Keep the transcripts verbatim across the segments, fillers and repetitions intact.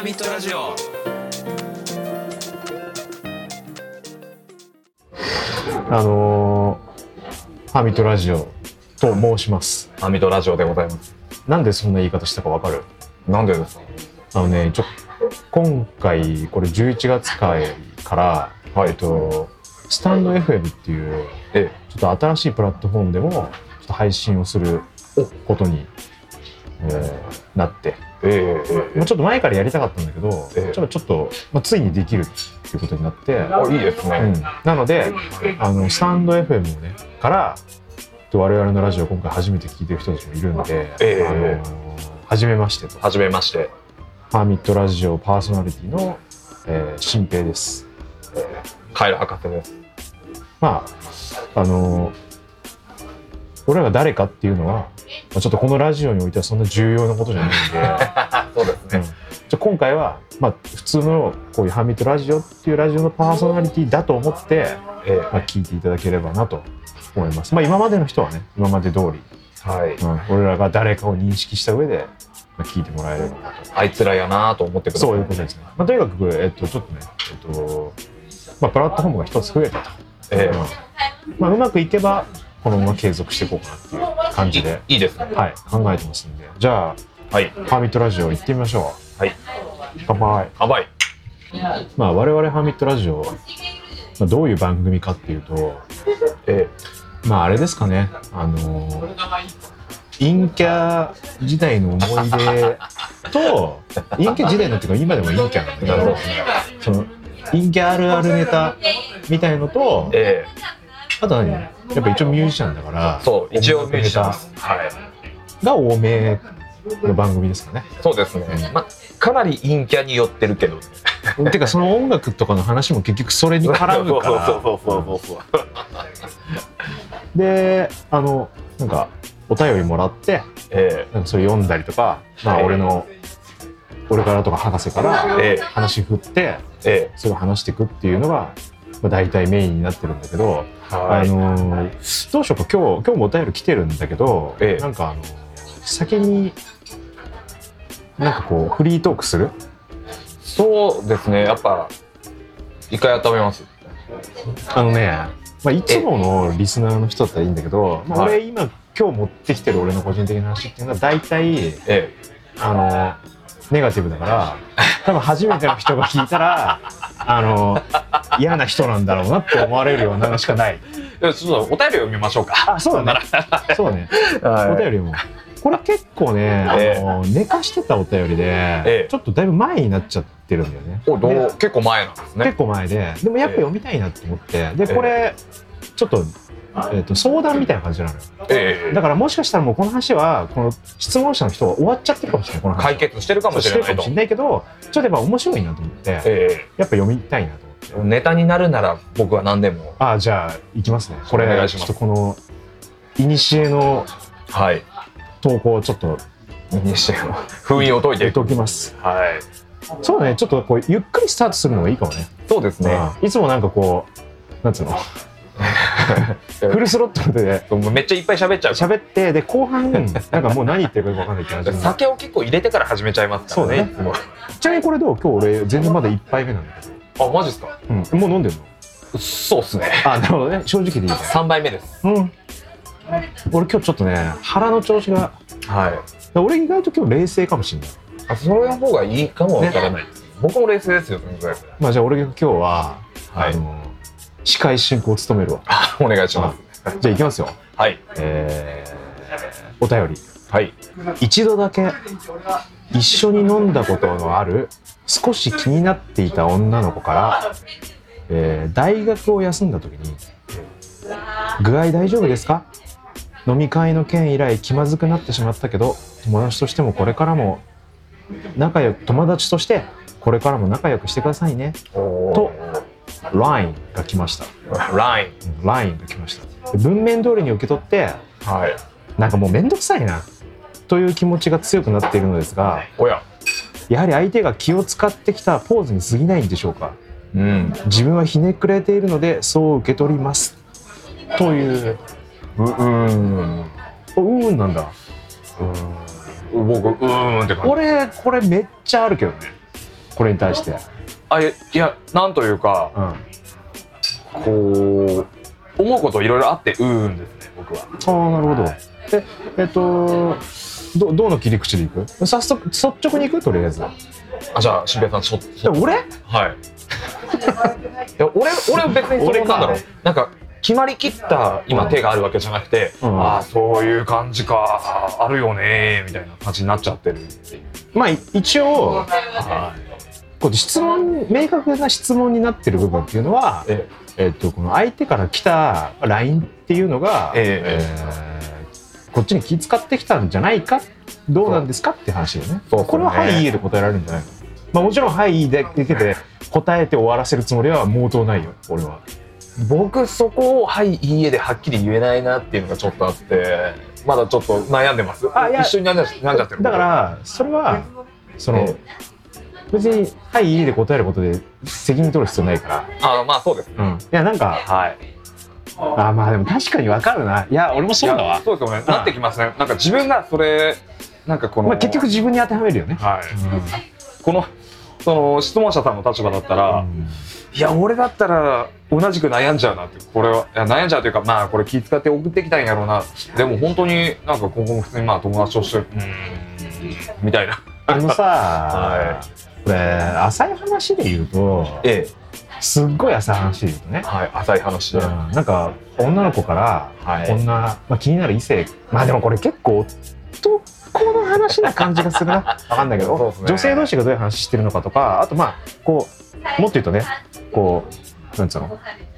ーミットラジオ。 あのー、ハーミットラジオと申します。 ハーミットラジオでございます。 なんでそんな言い方したかわかる？ なんでですか？ あのね、ちょ今回これじゅういちがつ回から、はい、えっとスタンド エフエム っていう、ええ、ちょっと新しいプラットフォームでもちょっと配信をすることに、えー、なって、えーえー、もうちょっと前からやりたかったんだけど、えー、ちょっとちょっと、まあ、ついにできるっていうことになって、 あ、いいですね、 うん、なのであのスタンド エフエム をねから我々のラジオ今回初めて聞いてる人たちもいるので、えーあのー、初めましてと初めましてハーミットラジオパーソナリティの、えー、新平です、 えー、カエル博士です。 まああのー、俺らが誰かっていうのは、まあ、ちょっとこのラジオにおいてはそんな重要なことじゃないんでそうですね、うん、 じゃ今回は、まあ、普通のこういうハーミットラジオっていうラジオのパーソナリティだと思って、えーまあ、聞いていただければなと思います。まあ、今までの人はね今まで通り、はいうん、俺らが誰かを認識した上で聞いてもらえればなと。 あいつらやなと思ってください。 そういうことですね。まあ、とにかく、えっと、ちょっとね、えっとまあ、プラットフォームが一つ増えたと、えーまあ、うまくいけばこのまま継続していこうかなっていう感じでい, いいですね、 はい、考えてますんで、じゃあ、はい、ハーミットラジオ行ってみましょう。はい、乾杯。 乾杯。 まあ、我々ハーミットラジオ、まあ、どういう番組かっていうと、えー、まああれですかね、あの陰キャ時代の思い出と陰キャ時代のっていうか今でも陰キャなんだけど、その陰キャあるあるネタみたいのと、えー、あと何やっぱ一応ミュージシャンだからそう一応ミュージシャンです、はい、 が多めの番組ですかね。 そうですね、うんまあ、かなり陰キャに寄ってるけどてかその音楽とかの話も結局それに絡むからそうそうそうそうそうであのなんかお便りもらって、えー、なんかそれ読んだりとか、まあ、俺の、えー、俺からとか博士から話振って、えー、それを話していくっていうのが、まあ、大体メインになってるんだけど、はい、あのー、どうしようか今日今日もお便り来てるんだけど、えー、なんかあの先になんかこうフリートークする？ そうですね、やっぱ一回温めます。 あのね、まあ、いつものリスナーの人だったらいいんだけど、まあ、俺今今日持ってきてる俺の個人的な話っていうのは大体、ええ、あのネガティブだから多分初めての人が聞いたらあの嫌な人なんだろうなって思われるようなのしかない。 ちょっとお便り読みましょうか。 あ、そうだねそうね、はい、お便りもこれ結構ね、ええ、あの寝かしてたお便りで、ええ、ちょっとだいぶ前になっちゃってるんだよね。 おどう結構前なんですね。 結構前ででもやっぱ読みたいなと思って、ええ、でこれちょっとえー、と相談みたいな感じなのよ、えー、だからもしかしたらもうこの話はこの質問者の人は終わっちゃってるかもしれない。この話解決してるかもしれないとしてるかもしれないけどちょっとやっぱ面白いなと思って、えー、やっぱ読みたいなと思って。 ネタになるなら僕は何でも。 あ、じゃあいきますね。これお願いします。ちょっとこのいにしえの投稿をちょっといにしえの封印を解いて解きます。はい、そうだね、ちょっとこうゆっくりスタートするのがいいかもね。 そうですね、 いつもなんかこうなんつうのフルスロットルでめっちゃいっぱい喋っちゃう喋ってで後半なんかもう何言ってるか分かんないって感じ。 酒を結構入れてから始めちゃいますからね。そうね。 ちなみにこれどう？今日俺全然まだいっぱいめなんだけど。あ、マジですか？ うん。もう飲んでるの？ そうっすね。 あ、なるほどね。正直でいいね。 さんばいめです。 うん。俺今日ちょっとね腹の調子が、はい。俺意外と今日冷静かもしれない。 あ、それの方がいいかもわからないです、ね。僕も冷静ですよ。 まあじゃあ俺が今日は、はい、あの司会進行を務めるわ。 お願いします。 じゃあいきますよ。 はい。 えー、お便り。 はい。 一度だけ一緒に飲んだことのある少し気になっていた女の子から、えー、大学を休んだ時に具合大丈夫ですか？飲み会の件以来気まずくなってしまったけど友達としてもこれからも仲良く友達としてこれからも仲良くしてくださいねとライン が来ました。 ラインライン が来ました。文面通りに受け取って、はい、なんかもうめんどくさいなという気持ちが強くなっているのですが、 おややはり相手が気を使ってきたポーズに過ぎないんでしょうか？うん、自分はひねくれているのでそう受け取りますという。うーんうーんなんだ。 うーん僕うーんって感じ。 俺これめっちゃあるけどね。 これに対して。 あ、いや、なんというか、うん、こう思うこといろいろあってうーんですね、僕は。 ああ、なるほど。で、えっとどどの切り口でいく？早速率直にいく？とりあえず。 あ、じゃあ新平さん、しょ俺？ はい。いや、俺俺別にそれなんだろう、なんか決まりきった今手があるわけじゃなくて、うん、ああそういう感じか、あるよねみたいな感じになっちゃってるっていう。 まあ一応、はい、こう質問明確な質問になってる部分っていうのは、えええっとこの相手から来た ライン っていうのが、ええー、こっちに気遣ってきたんじゃないか、どうなんですかって話よね。そうそうね。これははいいいえで答えられるんじゃないの？まあもちろんはいいいだけで答えて終わらせるつもりは毛頭ないよ、俺は。 僕そこをはいいいえではっきり言えないなっていうのがちょっとあって、まだちょっと悩んでます。あ、いや、一緒に悩んじゃってる。 だからそれはその、えー、別にはいいいえで答えることで責任取る必要ないから。 あ、まあそうです、 うん、いやなんか、はい、あ、まあでも確かに分かるな。いや俺もそうだわ。 そうですよね、なってきますね。なんか自分がそれなんかこの、 まあ、結局自分に当てはめるよね。 はい、うん、このその質問者さんの立場だったら、うん、いや俺だったら同じく悩んじゃうなって。これはいや悩んじゃうというか、まあこれ気遣って送ってきたんやろうな。でも本当になんか今後も普通にまあ友達としてうーんみたいな。 あのさ、はい、これ浅い話で言うと、ええ、すっごい浅い話で言うとね、 はい、浅い話で、 うん、なんか女の子から、はい、こんな、まあ、気になる異性、まあでもこれ結構とこの話な感じがするな。分かんないけど、ね、女性同士がどういう話してるのかとか、あとまあこうもっと言うとね、こうなんつうの、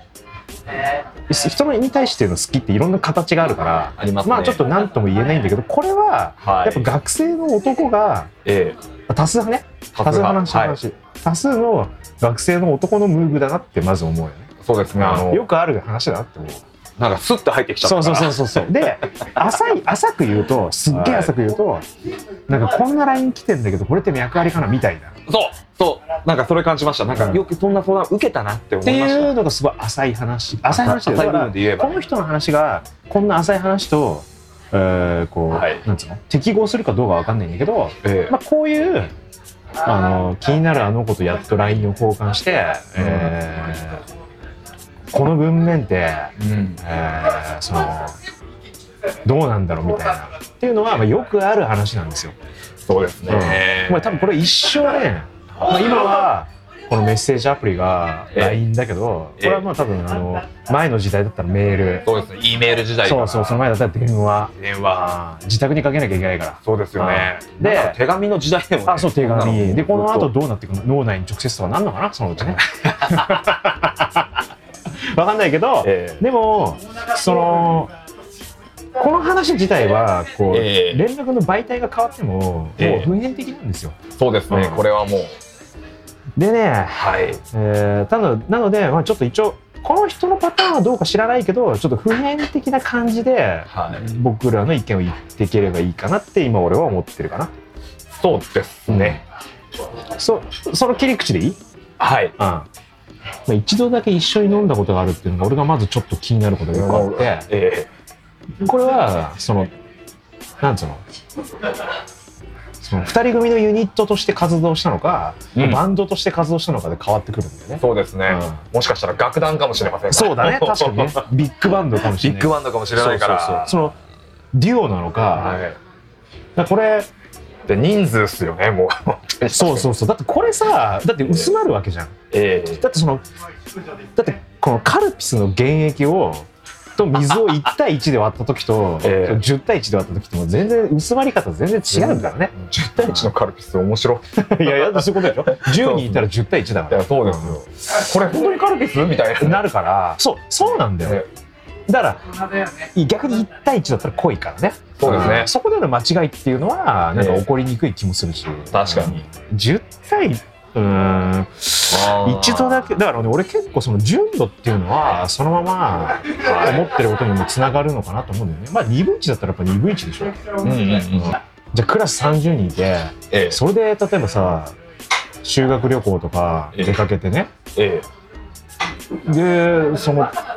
人に対しての好きっていろんな形があるから、ありますね。まあちょっと何とも言えないんだけど、これはやっぱ学生の男が、ええ、多数派ね、多数派の話、はい、多数の学生の男のムーブだなってまず思うよね。 そうですね、あのよくある話だなって思う。 なんかスッと入ってきちゃったから。 そうそうそうそう。で、浅い浅く言うと、すっげえ浅く言うと、はい、なんかこんな ライン 来てんだけどこれって脈ありかなみたいな。 そうそうなんかそれ感じました。なんかよくそんな相談受けたなって思いました。 っていうのがすごい浅い話。浅い話で、浅い部分で言えば、この人の話がこんな浅い話と、えー、こう、はい、なんつうの、適合するかどうかわかんないんだけど、えー、まあこういうあの気になるあの子とやっと ライン を交換して、うん、えーこの文面って、うんえー、そのどうなんだろうみたいなっていうのは、まあ、よくある話なんですよ。 そうですね、 うん、まあ、多分これ一生ね、まあ、今はこのメッセージアプリが ライン だけど、これはまあ多分あの前の時代だったらメール、 そうですね、 E メール時代そうそう、その前だったら電話電話自宅にかけなきゃいけないから。 そうですよね。で手紙の時代でも、ね、 あ、そう、手紙でこの後どうなっていくの、脳内に直接とかなんのかな、そのうちね。わかんないけど、えー、でもそのこの話自体はこう、えー、連絡の媒体が変わっても、えー、もう普遍的なんですよ。 そうですね、うん、これはもうでね、はい、えー、ただなので、まあ、ちょっと一応この人のパターンはどうか知らないけど、ちょっと普遍的な感じで、はい、僕らの意見を言っていければいいかなって今俺は思ってるかな。 そうですね、 うん、そ, その切り口でいい？はい、うん、まあ、一度だけ一緒に飲んだことがあるっていうのが俺がまずちょっと気になることがよくあって、えー、これはそのなんつうの、そのふたり組のユニットとして活動したのか、うん、バンドとして活動したのかで変わってくるんだよね。 そうですね、うん、もしかしたら楽団かもしれません。 そうだね、確かにね。ビッグバンドかもしれない。 ビッグバンドかもしれないから、 そうそうそう、そのデュオなのか、はい、だこれで人数っすよね、もう。 そうそうそう、だってこれさ、だって薄まるわけじゃん、えー、だってそのだってこのカルピスの原液をと水をいち対いちで割った時と、えー、じゅう対いちで割った時とも全然薄まり方全然違うんだよね。 じゅう対いちのカルピス面白い。いやいや、そういうことでしょ。じゅうにんいたらじゅう対いちだから。 いや、そうですよ。これ本当にカルピスみたいななるから、そうそうなんだよ、ね。だから逆にいち対いちだったら濃いからね。 そうですね。 そこでの間違いっていうのはなんか起こりにくい気もするし、 確かにじゅう対うーん一度だけだからね、俺結構その純度っていうのはそのまま思ってることにもつながるのかなと思うんだよね。まあにぶいちだったらやっぱにぶいちでしょ。うんうんうん、じゃあクラスさんじゅうにんいて、ええ、それで例えばさ修学旅行とか出かけてね、ええ、でその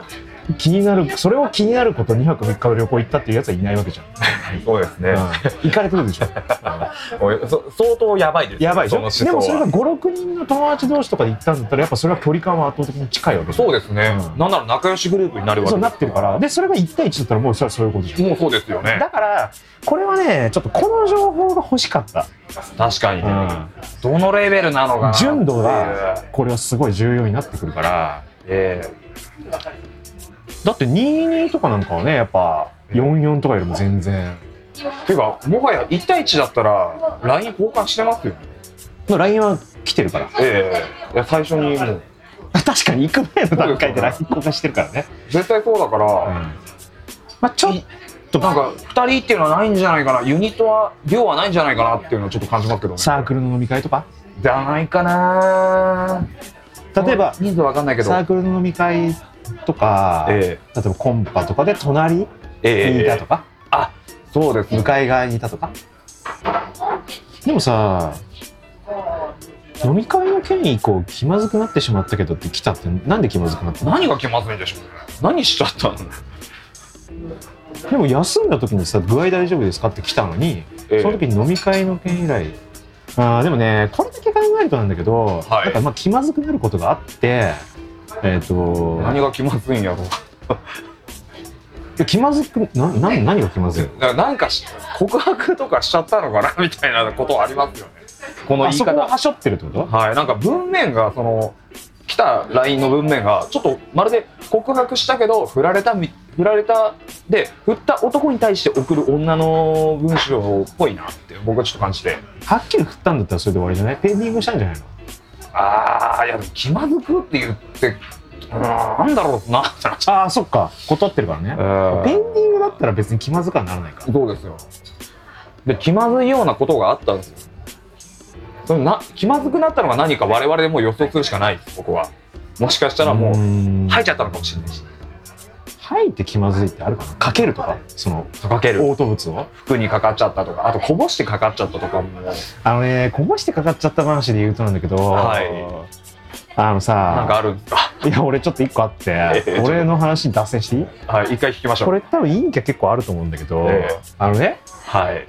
気になるそれを気になることにはくみっかの旅行行ったっていうやつはいないわけじゃん。 そうですね、 うん、行かれてるでしょ。 おいそ相当やばいです、ね、 やばいでしょ。でもそれがごろくにんの友達同士とかで行ったんだったらやっぱそれは距離感は圧倒的に近いわけそうですね、うん、なんなら仲良しグループになるわけです。 そうなってるからでそれがいちたいいちだったらもうそれはそういうことじゃん。 もうそうですよね。 だからこれはねちょっとこの情報が欲しかった。 確かに、うん、どのレベルなのかな純度がこれはすごい重要になってくるから、えー、だってにじゅうにとかなんかはねやっぱよんじゅうよんとかよりも全然ていうかもはやいちたいいちだったら ライン 交換してますよね。 まあ ライン は来てるから、 ええー、いや最初にもう確かに行く前の段階で ライン 交換してるからね。 絶対そうだから、うん、 まあちょっとなんかふたりっていうのはないんじゃないかな、ユニットは量はないんじゃないかなっていうのはちょっと感じますけどね。 サークルの飲み会とかじゃないかな。 例えば人数わかんないけどサークルの飲み会とか、えー、例えばコンパとかで隣にいたとか、 えー、あそうです、 向かい側にいたとか。でもさ飲み会の件以降気まずくなってしまったけどって来たってなんで気まずくなったの？ 何が気まずいんでしょうね。何しちゃったの？ でも休んだ時にさ具合大丈夫ですかって来たのに、えー、その時に飲み会の件以来あでもねこれだけ考えるとなんだけど、はい、なんかまあ気まずくなることがあってえっ、ー、と何が気まずいんやろう気まずくなな何が気まずいななんか告白とかしちゃったのかなみたいなことありますよね。この言い方あそこははしょってるってこと？ はい、なんか文面がその来た ライン の文面がちょっとまるで告白したけど振られた振られたで振った男に対して送る女の文章っぽいなって僕はちょっと感じて。 はっきり振ったんだったらそれで終わりじゃない？ペンディングしたんじゃないの？ ああいやでも気まずくって言ってなんだろうなってなっちゃう。 ああそっか断ってるからね。ペンディングだったら別に気まずくはならないから。 そうですよ。で気まずいようなことがあったんですよ。そのな気まずくなったのが何か我々でもう予想するしかないです僕は。もしかしたらもう吐いちゃったのかもしれないし。 吐いて気まずいってあるかな？かけるとかそのかける嘔吐物を服にかかっちゃったとかあとこぼしてかかっちゃったとかもあのねこぼしてかかっちゃった話で言うとなんだけど、はい、あのさなんかあるんですか？ いや俺ちょっと一個あって、えー、俺の話に脱線していい？ はい一回聞きましょう。 これ多分陰キャ結構あると思うんだけど、えー、あのねはい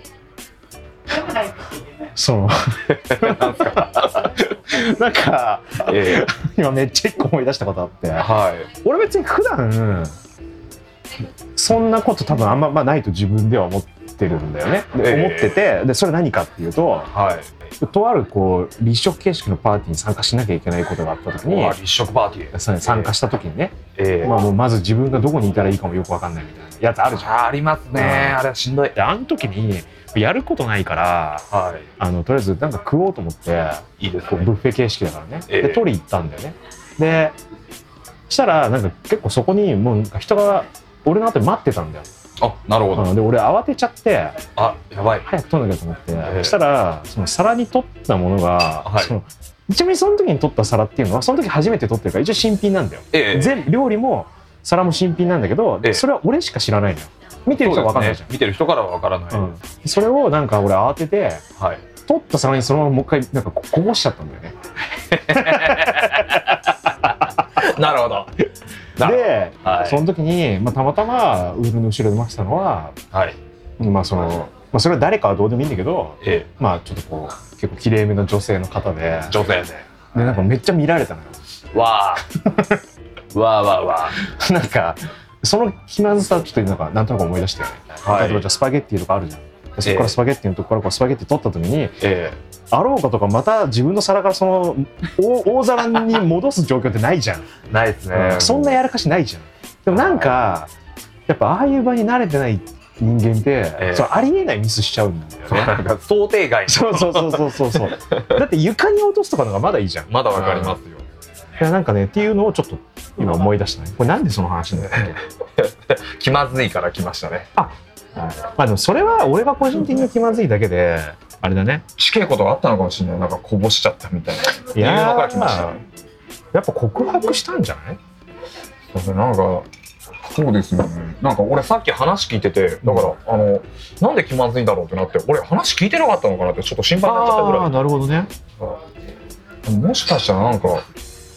そのなんすかなんか、えー、今めっちゃ一個思い出したことあって、はい、俺別に普段そんなこと多分あんま、まあ、ないと自分では思ってるんだよね、えー、思っててでそれ何かっていうと、はい、とあるこう立食形式のパーティーに参加しなきゃいけないことがあった時に立食パーティー、 ね、参加した時にね、えーまあ、もうまず自分がどこにいたらいいかもよく分かんないみたいなやつあるじゃん。 あ, ありますね、うん、あれはしんどい。 であの時にやることないから、はい、あのとりあえずなんか食おうと思っていいです、ね、 こうブッフェ形式だからね、えー、で取り行ったんだよね。でしたらなんか結構そこにもう人が俺の後に待ってたんだよ。 あなるほど。 で俺慌てちゃってあやばい早く取んなきゃと思って、えー、したらその皿に取ったものが、はい、そのちなみにその時に取った皿っていうのはその時初めて取ってるから一応新品なんだよ、えー、全料理も皿も新品なんだけど、えー、それは俺しか知らないのよ。見てる人は分かんないじゃん、 ね、見てる人からは分からない、うん、 それをなんか俺慌てて、はい、取った皿にそのままもう一回なんかこぼしちゃったんだよねなるほど。 で、はい、その時に、まあ、たまたまウールの後ろで待ってたのは、はいまあそのまあ、それは誰かはどうでもいいんだけど、ええ、まあちょっとこう結構きれいめな女性の方で女性ででなんかめっちゃ見られたのよ。 わーわーわーわーなんかその気まずさちょっとなんかなんとなく思い出して、ねはい、例えばじゃあスパゲッティとかあるじゃん。そこからスパゲッティのとこからこうスパゲッティ取った時に、えー、あろうかとかまた自分の皿からその 大, 大皿に戻す状況ってないじゃん。 ないですね、 うん、そんなやらかしないじゃん。でもなんかやっぱああいう場に慣れてない人間って、えー、そのありえないミスしちゃうんだよね。 なんか想定外。 そうそうそうそうそうそうだって床に落とすとかのがまだいいじゃん。 まだわかりますよ。 いやなんかねっていうのをちょっと今思い出したね。これなんでその話なんだっけ気まずいから来ましたね。 あはい、まあでもそれは俺が個人的に気まずいだけであれだね。 死刑ことがあったのかもしれない。なんかこぼしちゃったみたいな。 いやーから来ました。やっぱ告白したんじゃない？ そうなんかそうですよね。なんか俺さっき話聞いててだから、あのなんで気まずいんだろうってなって俺話聞いてなかったのかなってちょっと心配になっちゃったぐらい。 ああなるほどね。 もしかしたらなんか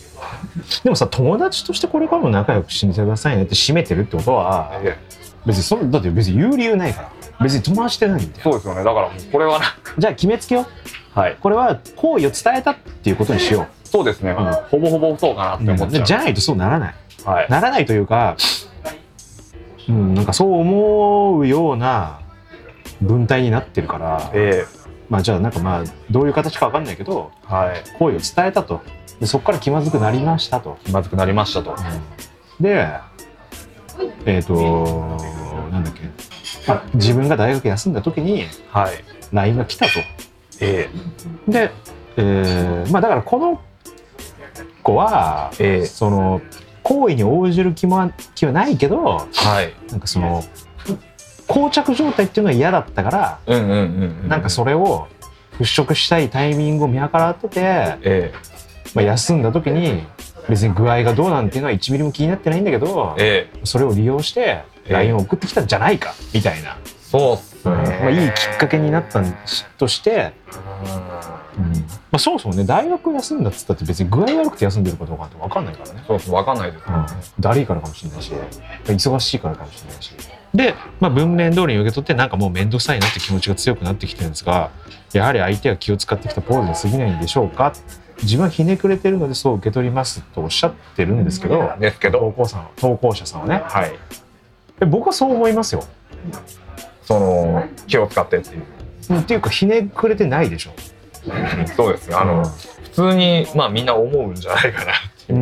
でもさ、友達としてこれからも仲良くしてくださいねって締めてるってことは、 え別にそのだって別に言う理由ないから、別に友達って何みたいな。 そうですよね。だからもうこれはなじゃあ決めつけよう。 はい。 これは好意を伝えたっていうことにしよう。 そうですね、うん、ほぼほぼそうかなって思っちゃう、 うん、じゃないとそうならない、 はい、 ならないというか、うん、なんかそう思うような文体になってるから、 えー、 まあじゃあなんかまあどういう形か分かんないけど、はい、好意を伝えたと。でそこから気まずくなりましたと。 気まずくなりましたと、 うん、でえっ、ー、となんだっけ、あ、自分が大学休んだ時に ライン が来たと、 えー、で、えー、まあだからこの子は、えー、その行為に応じる気も気はないけど、はい、なんかその膠着状態っていうのは嫌だったから、うんうんうんうん、なんかそれを払拭したいタイミングを見計らってて、えーまあ、休んだ時に別に具合がどうなんていうのはいちミリも気になってないんだけど、えー、それを利用して ライン を送ってきたんじゃないかみたいな、そうっすね、まあ、いいきっかけになったとして、うん、まあ、そもそもね、大学休んだっつったって別に具合悪くて休んでるかどうかって分かんないからね。そうそう、分かんないですね、うん、だるいからかもしれないし、忙しいからかもしれないし。で、まあ、文面通りに受け取ってなんかもう面倒くさいなって気持ちが強くなってきてるんですが、やはり相手が気を使ってきたポーズに過ぎないんでしょうか。自分はひねくれてるのでそう受け取りますとおっしゃってるんですけど、ですけど投稿さん投稿者さんはね、はい、で僕はそう思いますよ。その気を使ってっていうっていうか、ひねくれてないでしょ。そうですよ、あの、うん、普通にまあみんな思うんじゃないかなっていう、うん、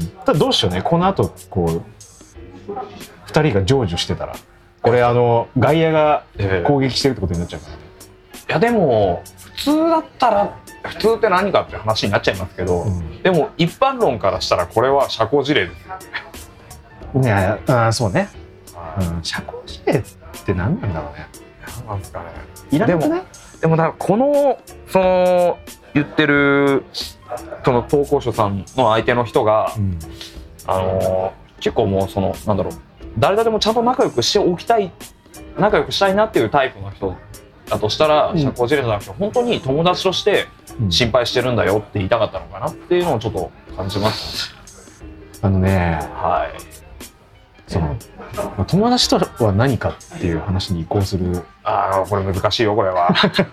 ただどうしようね、この後こうふたりが成就してたら、これあの外野が攻撃してるってことになっちゃうからね。いやでも普通だったら、普通って何かって話になっちゃいますけど、うん、でも一般論からしたらこれは社交辞令ですよね。いや、あ、そうね、うん、社交辞令って何なんだろうね。何なんですかね。いらなくない？でもだからこのその言ってるその投稿者さんの相手の人が、うん、あの結構もうそのなんだろう、誰でもちゃんと仲良くしておきたい、仲良くしたいなっていうタイプの人だとしたら、うん、社交辞令じゃなくて本当に友達として心配してるんだよって言いたかったのかなっていうのをちょっと感じます。あのね、はい、その友達とは何かっていう話に移行する。ああ、これ難しいよこれは。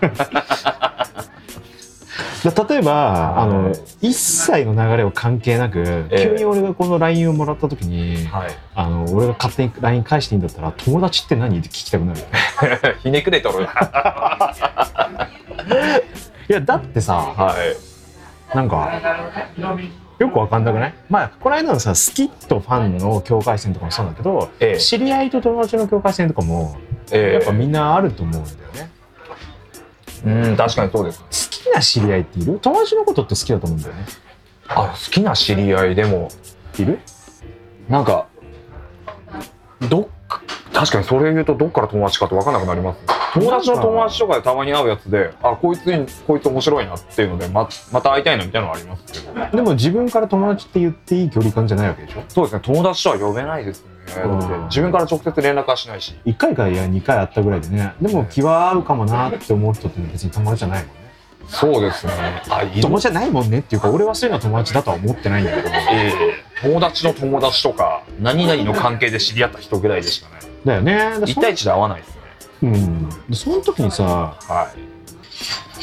例えばあの一切の流れを関係なく、えー、急に俺がこの ライン をもらった時に、はい、あの俺が勝手に ライン 返していいんだったら、友達って何って聞きたくなるよね。ひねくれとる。いやだってさ、はい、なんかよくわかんなくない？まあこの間のさ、好きとファンの境界線とかもそうだけど、ええ、知り合いと友達の境界線とかも、ええ、やっぱみんなあると思うんだよね。うん、確かにそうです。好きな知り合いっている？友達のことって好きだと思うんだよね。あ、好きな知り合いでもいる？なんかどっか、確かにそれ言うとどっから友達かって分かんなくなりますね。友達の友達とかでたまに会うやつで、あ、こいつにこいつ面白いなっていうので ま, また会いたいなみたいなのがありますけど、でも自分から友達って言っていい距離感じゃないわけでしょ。そうですね、友達とは呼べないですね。自分から直接連絡はしないし、いっかいかいやにかい会ったぐらいでね。でも気は合うかもなって思う人って別に友達じゃないもんね。そうですね、あ、友達じゃないもんねっていうか、俺はそういうの友達だとは思ってないんだけど、えー、友達の友達とか何々の関係で知り合った人ぐらいでしかないだよね。いち対いちで会わないですね。うん、でその時にさ、はい、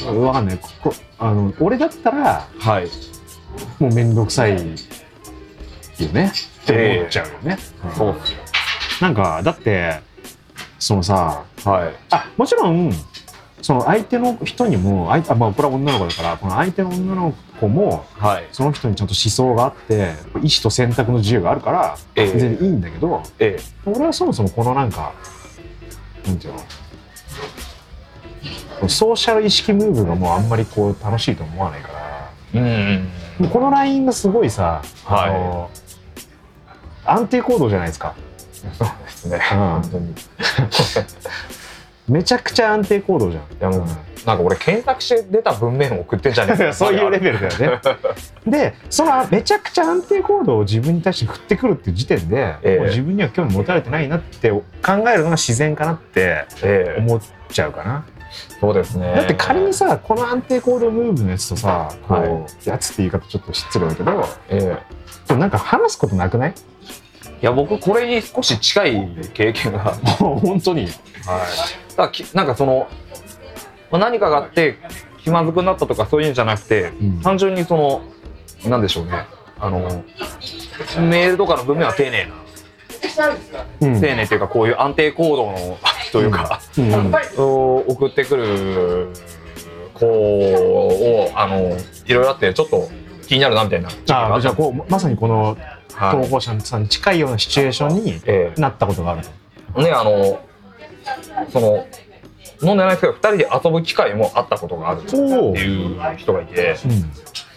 分かんない、ここあの俺だったら、はい、もう面倒くさいよねって思っちゃうよね。えーうん、そうですよ。なんかだってそのさ、はい、あ、もちろんその相手の人にも、あ、まあこれは女の子だから、この相手の女の子も、はい、その人にちゃんと思想があって意思と選択の自由があるから、えー、全然いいんだけど、えー、俺はそもそもこのなんかなんていうの、ソーシャル意識ムーブがもうあんまりこう楽しいと思わないから、うん、うん、この ライン がすごいさ、はい、あの安定行動じゃないですか。そうですね、うん、本当にめちゃくちゃ安定行動じゃん。いやもう、うん、なんか俺検索して出た文面を送ってんじゃねえか。そういうレベルだよね。でそのめちゃくちゃ安定行動を自分に対して振ってくるっていう時点で、えー、もう自分には興味持たれてないなって考えるのが自然かなって思っちゃうかな。 そうですね。 だって仮にさこの安定行動ムーブのやつとさこう、 はい、 やつって言い方ちょっと失礼だけど、 ええなんか話すことなくない？ いや僕これに少し近い経験が本当に、はい、 だきなんかその、まあ、何かがあって気まずくなったとかそういうんじゃなくて、うん、単純にそのなんでしょうね、あのメールとかの文面は丁寧な、うん、丁寧っていうかこういう安定行動のというか、うんうん、送ってくる子をあのいろいろあってちょっと気になるなみたいな。 ああ、じゃあこうまさにこの投稿者さんに近いようなシチュエーションになったことがあると、 ええ、ね、あのその飲んでないですけどふたりで遊ぶ機会もあったことがあるっていう人がいて、うん、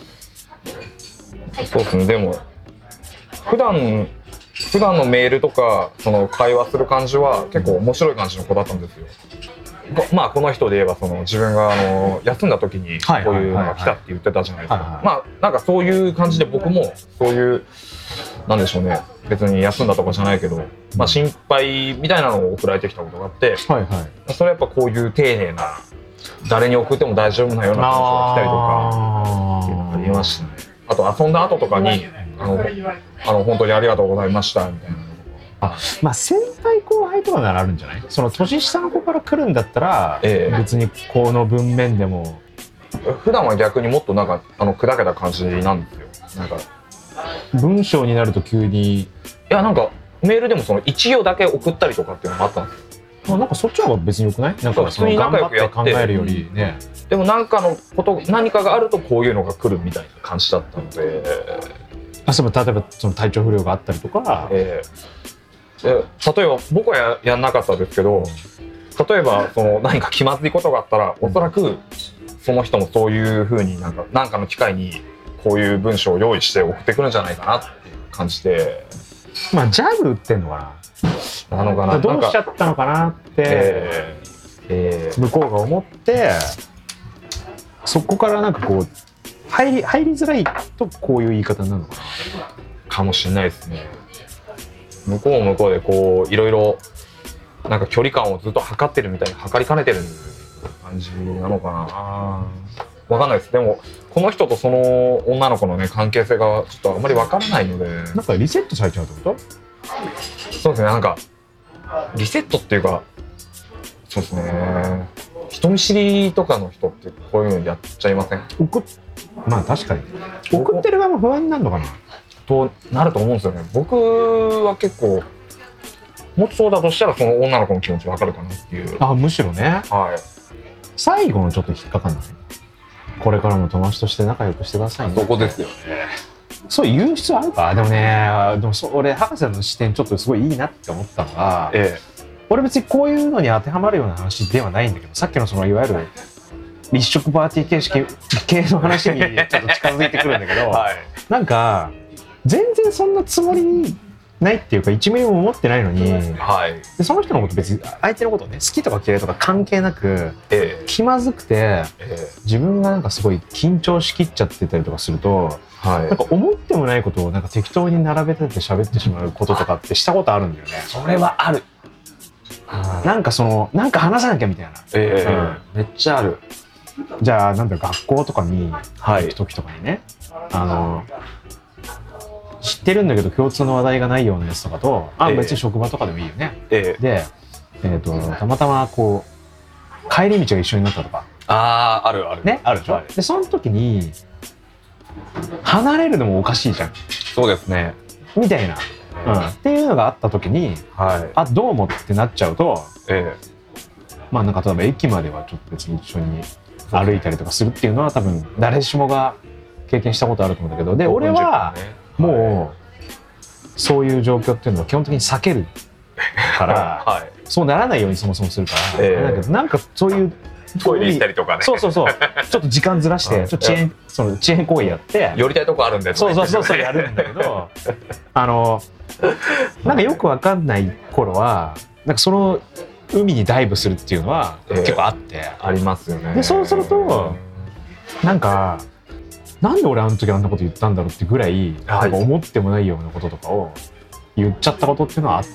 そうですね。でも普段普段のメールとかその会話する感じは結構面白い感じの子だったんですよ。まあこの人で言えばその自分があの休んだ時にこういうのが来たって言ってたじゃないですか。まあなんかそういう感じで僕もそういうなんでしょうね、別に休んだとかじゃないけど、まあ、心配みたいなのを送られてきたことがあって、はいはい、それはやっぱこういう丁寧な誰に送っても大丈夫なような感じが来たりとかっていうのがありましたね。あと遊んだ後とかにあのあの本当にありがとうございましたみたいな。 あ、まあ先輩後輩とかならあるんじゃない？その年下の子から来るんだったら、えー、別にこの文面でも普段は逆にもっとなんかあの砕けた感じなんですよ。なんか文章になると急に、いやなんかメールでもその一行だけ送ったりとかっていうのもあったんですよ。 まあ、なんかそっちの方が別に良くない？なんか普通に仲良くやって考えるよりね、 うん、でも何かのこと何かがあるとこういうのが来るみたいな感じだったので、 あ、そう、例えばその体調不良があったりとか、 えー、例えば僕は や, やんなかったですけど、例えばその何か気まずいことがあったらおそらくその人もそういう風になんか何かの機会にこういう文章を用意して送ってくるんじゃないかなって感じで、 まあジャブ打ってんのかな、なのかな、どうしちゃったのかなって、えーえー、向こうが思って、そこからなんかこう入り入りづらいとこういう言い方になるのかな、 かもしれないですね。向こうも向こうでこういろいろなんか距離感をずっと測ってるみたいに測りかねてる感じなのかな。わかんないです。でもこの人とその女の子のね関係性がちょっとあんまりわからないので、 なんかリセットされちゃうってこと？ そうですね。なんかリセットっていうか、そうですね。人見知りとかの人ってこういうのやっちゃいません？ 送っまあ確かに送ってる側も不安になるのかなとなると思うんですよね。僕は結構もしそうだとしたらその女の子の気持ちわかるかなっていう。 あ、むしろね。はい。最後のちょっと引っかかんない。これからも友達として仲良くしてくださいね。 そこですよね。 そう言う必要あるか。でもね、でもそ俺博士の視点ちょっとすごいいいなって思ったのが、ええ、俺別にこういうのに当てはまるような話ではないんだけど、さっきのそのいわゆる立食パーティー形式系の話にちょっと近づいてくるんだけど、はい、なんか全然そんなつもりにないっていうか一面も持ってないのに、はい、でその人のこと別に相手のことね好きとか嫌いとか関係なく、えー、気まずくて、えー、自分がなんかすごい緊張しきっちゃってたりとかすると、はい、なんか思ってもないことをなんか適当に並べてて喋ってしまうこととかってしたことあるんだよね。 それはある。 なんかそのなんか話さなきゃみたいな、 えーうん、めっちゃある。 じゃあなんだ学校とかに行く時とかにね、はい、あの知ってるんだけど共通の話題がないようなやつとかと、あ、別に職場とかでもいいよね、えー、で、えーと、たまたまこう帰り道が一緒になったとか、 あー、あるあるね、あるでしょ、はい、でその時に離れるのもおかしいじゃん。 そうですねみたいな、うん、っていうのがあった時に、はい、あ、どうもってなっちゃうと、えー、まあなんか例えば駅まではちょっと別に一緒に歩いたりとかするっていうのは多分誰しもが経験したことあると思うんだけど、で俺はもうそういう状況っていうのは基本的に避けるから、はい、そうならないようにそもそもするから、えー、なんかなんかそういうトイレしたりとかね、 そうそうそう、ちょっと時間ずらして、ちょっと遅延、その遅延行為やって寄りたいとこあるんで、 そうそうそうそうやるんだけどあのなんかよくわかんない頃はなんかその海にダイブするっていうのは結構あって、えー、ありますよね。 でそうするとなんかなんで俺あの時あんなこと言ったんだろうってぐらい、はい、なんか思ってもないようなこととかを言っちゃったことっていうのはあって、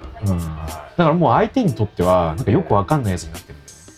これはめちゃめちゃある、 うん、だからもう相手にとってはなんかよくわかんないやつになってる。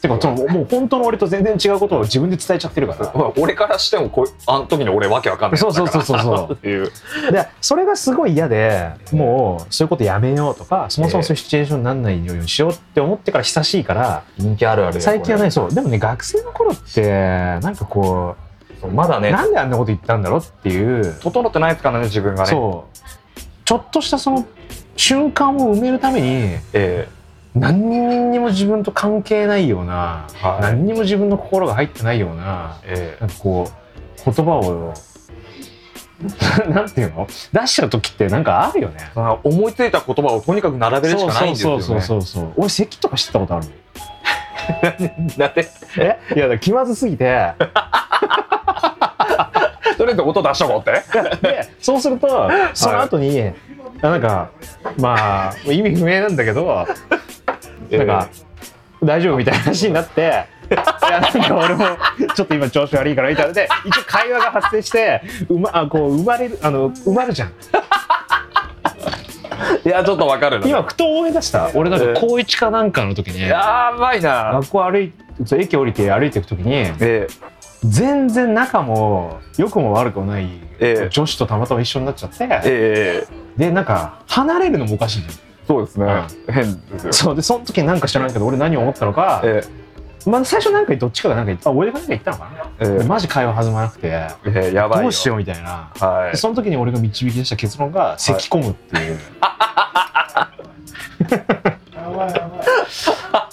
てかそのもう本当の俺と全然違うことを自分で伝えちゃってるから俺からしてもこうあの時に俺わけわかんないそうそうそうそうそうっていうでそれがすごい嫌でもうそういうことやめようとかそもそもそういうシチュエーションにならないようにしようって思ってから久しいから人気あるある最近はねそうでもね学生の頃ってなんかこうまだねなんであんなこと言ったんだろうっていう整ってないですからね自分がねそうちょっとしたその瞬間を埋めるために、 ええ、 何にも自分と関係ないような、はい、何にも自分の心が入ってないような、ええ、なんかこう言葉をなんていうの出しちゃう時ってなんかあるよね。 思いついた言葉をとにかく並べるしかないんですよね。 そうそうそうそうそう。俺咳とかしてたことあるの。なんで？ え？いやだ気まずすぎて。 とりあえず音出しとこうって。 でそうするとその後に、はい、なんかまあ意味不明なんだけど、なんか、えー、大丈夫みたいな話になって。いやなんか俺もちょっと今調子悪いからみたいなで一応会話が発生してうまあこう生まれるあの生まるじゃん。 いやちょっとわかるな。 今ふと思い出した。俺なんか高一かなんかの時に、 やばいな。 学校歩い駅降りて歩いていく時に、えー、全然仲も良くも悪くもない、えー、女子とたまたま一緒になっちゃって、えー、でなんか離れるのもおかしいじゃん。 そうですね。うん、変ですよ。 そうでその時なんか知らないけど俺何を思ったのか。えーまあ、最初なんかどっちかがなんか言ったあ俺がなんか言ったのかな、えー、マジ会話弾まなくて、えー、やばいよどうしようみたいな、はい、その時に俺が導き出した結論が咳込むっていう、はい、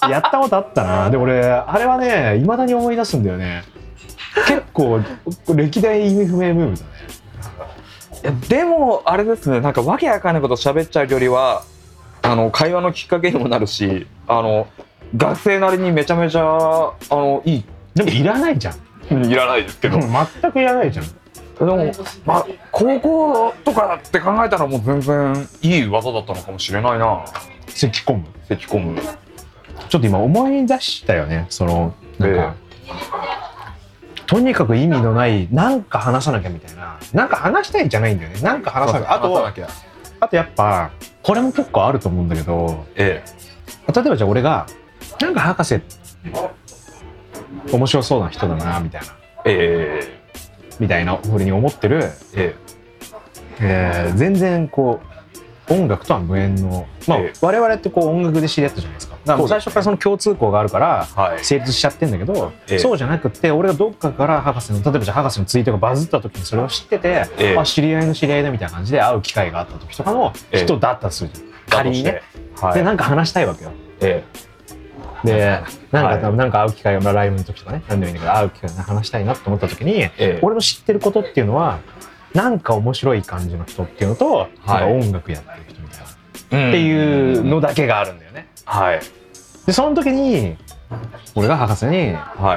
やったことあったな。で俺あれはね未だに思い出すんだよね。結構歴代意味不明ムーブだね。 いやでもあれですねなんかわけわかんないこと喋っちゃうよりはあの会話のきっかけにもなるしあの学生なりにめちゃめちゃあのいい。 でもいらないじゃん。 いらないですけど全くいらないじゃん。 でもまあ高校とかって考えたらもう全然いい技だったのかもしれないな。 咳込む咳込むちょっと今思い出したよね。そのなんか、えー、とにかく意味のないなんか話さなきゃみたいななんか話したいんじゃないんだよね。なんか話さなきゃあとあとやっぱこれも結構あると思うんだけど、えー、例えばじゃあ俺がなんか博士面白そうな人だなみたいな、えー、みたいなふうに思ってる、えーえー、全然こう音楽とは無縁の、まあえー、我々ってこう音楽で知り合ったじゃないですか。だから最初からその共通項があるから成立しちゃってんだけど、はい、そうじゃなくって俺がどっかから博士の例えばじゃあ博士のツイートがバズった時にそれを知ってて、えー、あ知り合いの知り合いだみたいな感じで会う機会があった時とかの人だったとするじゃん、えー、仮にね、はい、でなんか話したいわけよ、えーでなんか、はい、なんか会う機会がライブの時とかね何でもいいんだけど会う機会を話したいなと思った時に、ええ、俺の知ってることっていうのはなんか面白い感じの人っていうのと、はい、音楽やってる人みたいな、うん、っていうのだけがあるんだよね。はい、でその時に俺が博士に、はい、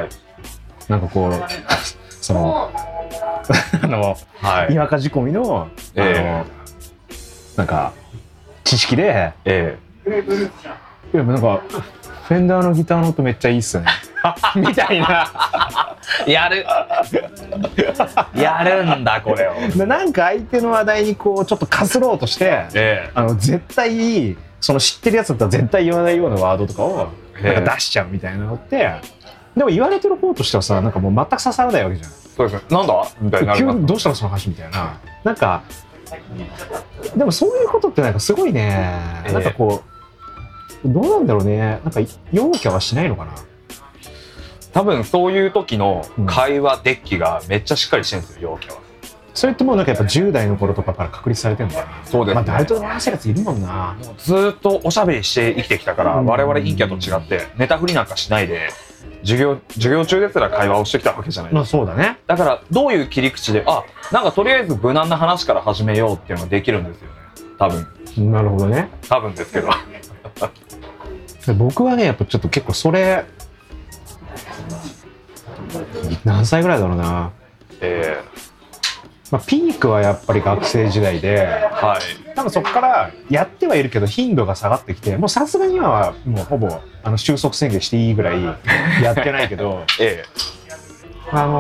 なんかこうそのあの、はい、にわか仕込みの、ええ、あのなんか知識で、ええ、いやなんかフェンダーのギターの音めっちゃいいっすよねみたいなやるやるんだこれをなんか相手の話題にこうちょっとかすろうとして、ええ、あの絶対その知ってるやつだったら絶対言わないようなワードとかをなんか出しちゃうみたいなのって、ええ、でも言われてる方としてはさなんかもう全く刺さらないわけじゃん。 そうですね。なんだみたいになります。 どうしたのその話みたいな。なんかでもそういうことってなんかすごいね、ええ、なんかこうどうなんだろうね。なんか陽キャはしないのかな。 多分そういう時の会話デッキがめっちゃしっかりしてるんですよ、陽キャは。 それってもうなんかやっぱじゅう代の頃とかから確立されてるんだよね。 そうですね。 まあ誰とでも話せるやついるもんな。 もうずっとおしゃべりして生きてきたから、うん、我々陰キャと違ってネタ振りなんかしないで授業授業中ですら会話をしてきたわけじゃないですか。 まあそうだね。 だからどういう切り口であなんかとりあえず無難な話から始めようっていうのができるんですよね。多分。 なるほどね。 多分ですけど。 僕はねやっぱちょっと結構それ何歳ぐらいだろうな、えーまあ、ピークはやっぱり学生時代で、はい、多分そこからやってはいるけど頻度が下がってきてもうさすがに今はもうほぼあの収束宣言していいぐらいやってないけど、えー、あの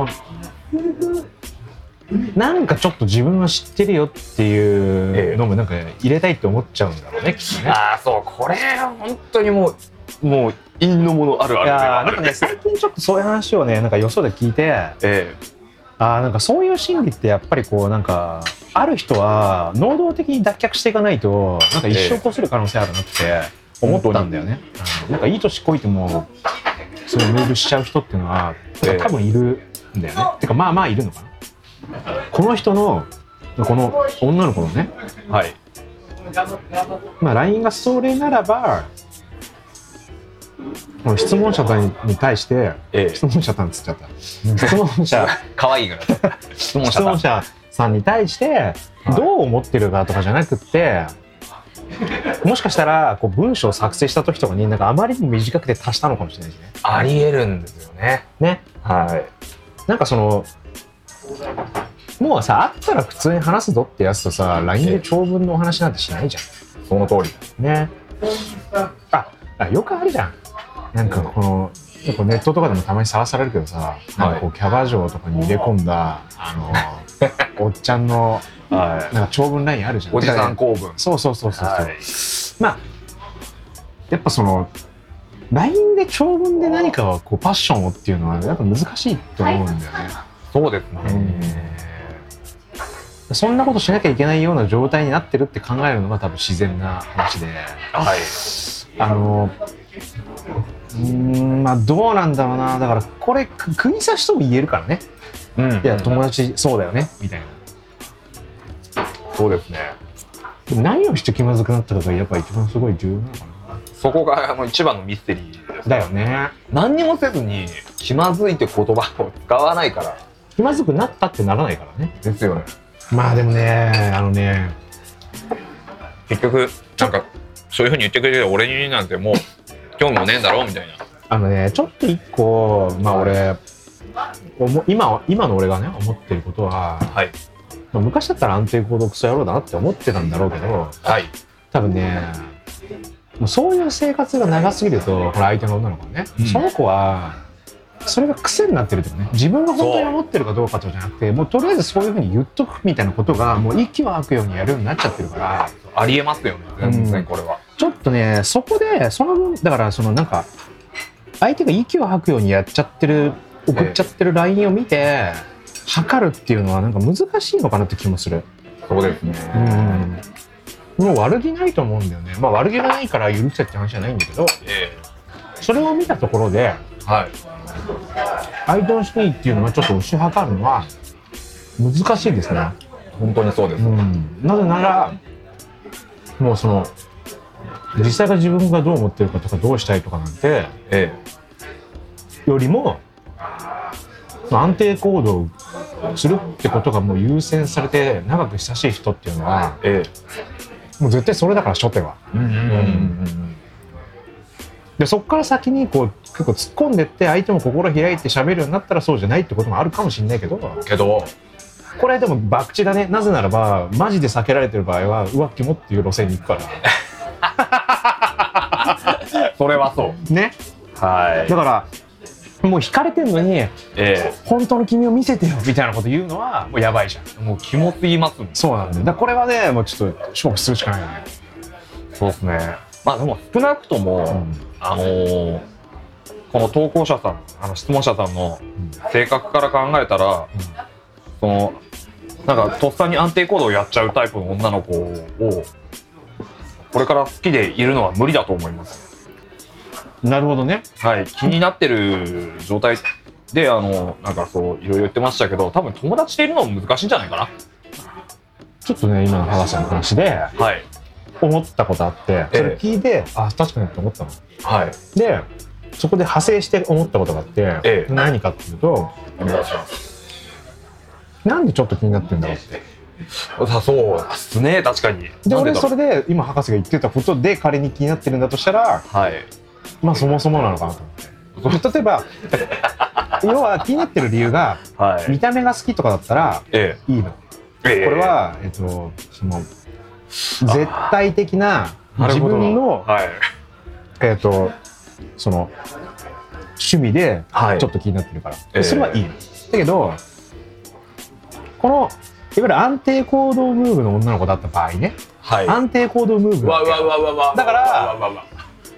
なんかちょっと自分は知ってるよっていうのもなんか入れたいって思っちゃうんだろうね、きっとね。 ああそうこれ本当にもうもう陰のものあるあいるではあるやーなんかね最近ちょっとそういう話をねなんかよそで聞いて、 えあーなんかそういう心理ってやっぱりこうなんかある人は能動的に脱却していかないとなんか一生こする可能性あるなって思ったんだよね、うん、なんかいい年こいてもそういうメールしちゃう人っていうのは多分いるんだよね、てかまあまあいるのかな。この人のこの女の子のね、 はい、 まあ ライン がそれならばこの質問者さんに対して、ええ、質問者さんっつっちゃった質問者可愛いから質問者さん、質問者さんに対してどう思ってるかとかじゃなくって、もしかしたらこう文章を作成した時とかになんかあまりにも短くて足したのかもしれないしね。 ありえるんですよね。 ね、 はい。 なんかそのもうさあったら普通に話すぞってやつとさ ライン で長文のお話なんてしないじゃん。 その通りね。あ、あよくあるじゃん。なんかこの結構ネットとかでもたまにさらされるけどさ、なんかこうキャバ嬢とかに入れ込んだあのおっちゃんのなんか長文ラインあるじゃん。 おじさん公文。 そうそうそうそう、はい、まあやっぱその ライン で長文で何かをこうパッションをっていうのはやっぱ難しいと思うんだよね。 そうですね。 うん、そんなことしなきゃいけないような状態になってるって考えるのが多分自然な話で、 はい、 あのうーんまあどうなんだろうな。だからこれ釘刺しとも言えるからね、うん、いや友達そうだよねみたいな。 そうですね。 何をして気まずくなったかがやっぱ一番すごい重要なのかな。 そこがあの一番のミステリーですだよね。 何にもせずに気まずいって言葉を使わないから気まずくなったってならないからね。 ですよね。 まあでもねあのね結局なんかそういう風に言ってくれて俺になんてもう興味もねえんだろうみたいな。 あのねちょっと一個まあ俺今今の俺がね思ってることは、はい、昔だったら安定行動クソ野郎だなって思ってたんだろうけど、はい、多分ねもうそういう生活が長すぎるとこれ相手の女の子ね、うん、その子はそれが癖になってるっていうかね、自分が本当に思ってるかどうかとかじゃなくてもうとりあえずそういう風に言っとくみたいなことがもう息を吐くようにやるようになっちゃってるからありえますよね全然これは、 うん、ちょっとねそこでその分だからそのなんか相手が息を吐くようにやっちゃってる送っちゃってる ライン を見て測るっていうのはなんか難しいのかなって気もする。 そうですね、 うん、もう悪気ないと思うんだよね。まあ悪気がないから許せって話じゃないんだけど、えー、それを見たところで、はい、相手の心理っていうのはちょっと推し量るのは難しいですね。 本当にそうです、うん、 なぜならもうその実際が自分がどう思ってるかとかどうしたいとかなんて、ええ、よりも安定行動するってことがもう優先されて長く親しい人っていうのは、ええ、もう絶対それだから初手は。でそこから先にこう結構突っ込んでって相手も心開いて喋るようになったらそうじゃないってこともあるかもしれないけどけどこれでも博打だね。なぜならばマジで避けられてる場合は浮気もっていう路線に行くからそれはそうね。はい。だからもう惹かれてんのに、ええ、本当の君を見せてよみたいなこと言うのはもうやばいじゃん。 もうキモすぎますもん。 そうなんだよ。だからこれはねもうちょっと勝負するしかないよね。 そうですね。まあでも少なくとも、うん、あのー、この投稿者さんあの質問者さんの性格から考えたら、うん、そのなんかとっさに安定行動をやっちゃうタイプの女の子をこれから好きでいるのは無理だと思います。 なるほどね。 はい、気になってる状態であのなんかそういろいろ言ってましたけど多分友達でいるのも難しいんじゃないかな。 ちょっとね今の話の話で、はい、思ったことあってそれ聞いて、ええ、あ確かにって思ったの。はい、でそこで派生して思ったことがあって、ええ、何かっていうとお願いします。なんでちょっと気になってるんだろうって。 そうですね確かに。 で俺それで今博士が言ってたことで仮に気になってるんだとしたら、はい、まあそもそもなのかなと思って。例えば要は気になってる理由が、はい、見た目が好きとかだったら、ええ、いいの、ええ、これは、えっと、その絶対的な自分の、はい、えっとその趣味でちょっと気になってるから、はい、それはいいの、ええ、だけどこのいわゆる安定行動ムーブの女の子だった場合ね、はい、安定行動ムーブだからね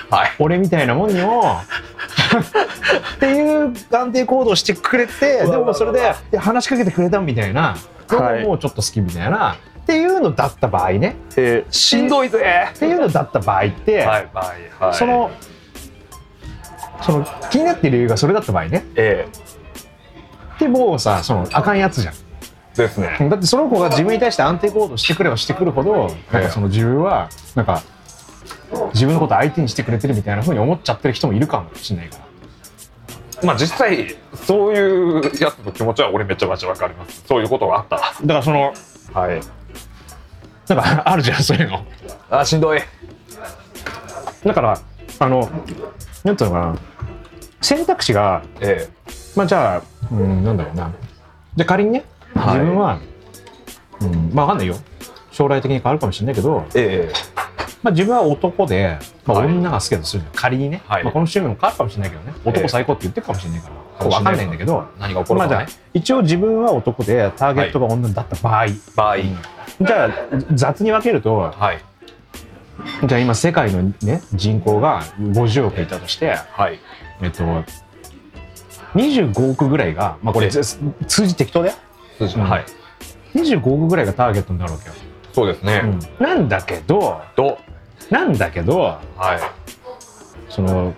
はい、 俺みたいなもんにもっていう安定行動してくれて、でもそれで話しかけてくれたみたいな、はい、もうちょっと好きみたいなっていうのだった場合ね、 えー、しんどいぜっていうのだった場合って、はいはいはい、そのその気になってる理由がそれだった場合ね、えー、でもうさ、そのあかんやつじゃんですね。 だってその子が自分に対して安定行動してくればしてくるほど、なんかその自分はなんか自分のこと相手にしてくれてるみたいな風に思っちゃってる人もいるかもしれないから。 まあ実際そういうやつの気持ちは俺めちゃめちゃわかります。そういうことがあった。だからそのはいなんかあるじゃん、そういうの。 あ、しんどい。 だからあのなんていうのかな、選択肢が、ええ、まあじゃあ、うん、なんだろうな、じゃあ仮にね、はい、自分は、うん、まあわかんないよ、将来的に変わるかもしれないけど、ええ、まあ自分は男で、まあ、女が好きだとするの、はい、仮にね、はい、まあ、この趣味も変わるかもしれないけどね、男最高って言ってるかもしれないから、わ、ええ、かんないんだけど、何が起こるかね、まあ、一応自分は男でターゲットが女だった場合、はい、場合、うん、じゃあ雑に分けると、はい、じゃあ今世界の、ね、人口がごじゅうおくいたとして、はい、えっとにじゅうごおくぐらいが、まあこれ数字適当だよ、数字、うん、はい、にじゅうごおくぐらいがターゲットになるわけよ。 そうですね、 うん、なんだけどどなんだけど、はい、その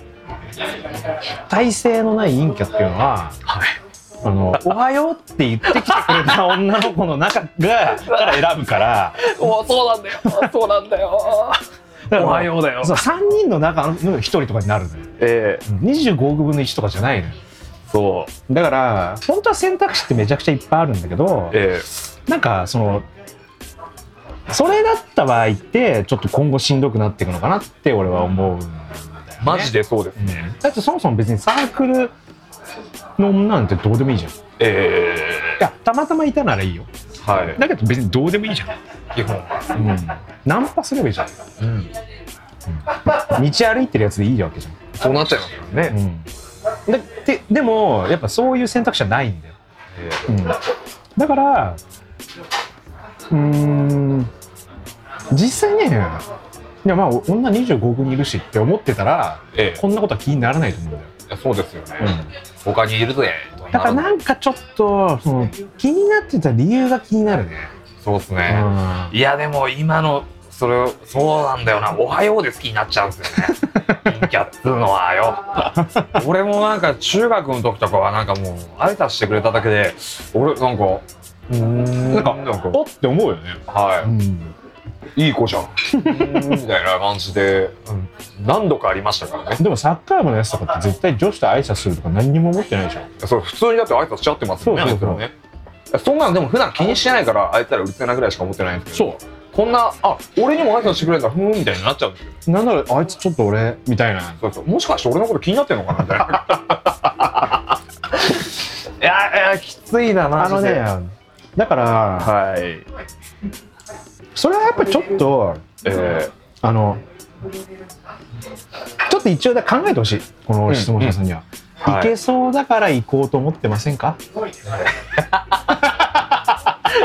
体勢のない陰キャっていうのは、はい、あのおはようって言ってきてくれた女の子の中がから選ぶからおそうなんだよそうなんだよおはようだよ。 そう、さんにんの中のひとりとかになるのよ、えー、にじゅうごおくぶんのいちとかじゃないのよ。そうだから本当は選択肢ってめちゃくちゃいっぱいあるんだけど、えー、なんかそのそれだった場合ってちょっと今後しんどくなっていくのかなって俺は思うんだよね。 マジでそうですね、 うん、だってそもそも別にサークルの女なんてどうでもいいじゃん。えー、いやたまたまいたならいいよ、はい、だけど別にどうでもいいじゃん基本は、うん、ナンパすればいいじゃん、うんうん、道歩いてるやつでいいわけじゃん。 そうなっちゃいますからね、 うん、で, で, でもやっぱそういう選択肢はないんだよ、えーうん、だからうーん実際ね、いやまあ女にじゅうごおくにいるしって思ってたら、ええ、こんなことは気にならないと思うんだよ。 いやそうですよね、うん、他にいるぜ。 だからなんかちょっとその気になってた理由が気になるね。 そうですね、うん、いやでも今のそれそうなんだよな、おはようで好きになっちゃうんですよね陰キャっつうのはよ俺もなんか中学の時とかはなんかもう挨拶してくれただけで俺なんかうーんなんかなんかおって思うよね。 はい、うん、いい子じゃんみたいな感じで、うん、何度かありましたからね。 でもサッカー部のやつとかって絶対女子と挨拶するとか何にも思ってないでしょ。 それ普通にだって挨拶しちゃってますよね。そうそうそうね。そんなのでも普段気にしてないからあいつらうるせえなぐらいしか思ってないんですけど、そうこんなあ俺にも挨拶してくれるんだふーんみたいになっちゃうんですよ。 なんならあいつちょっと俺みたいな。 そうそうもしかして俺のこと気になってんのかなみたいないやいやきついなマジで。 あのねだから、はい、それはやっぱちょっと、えー、あのちょっと一応考えてほしいこの質問者さんには、うんうん、いけそうだから行こうと思ってませんか、はい、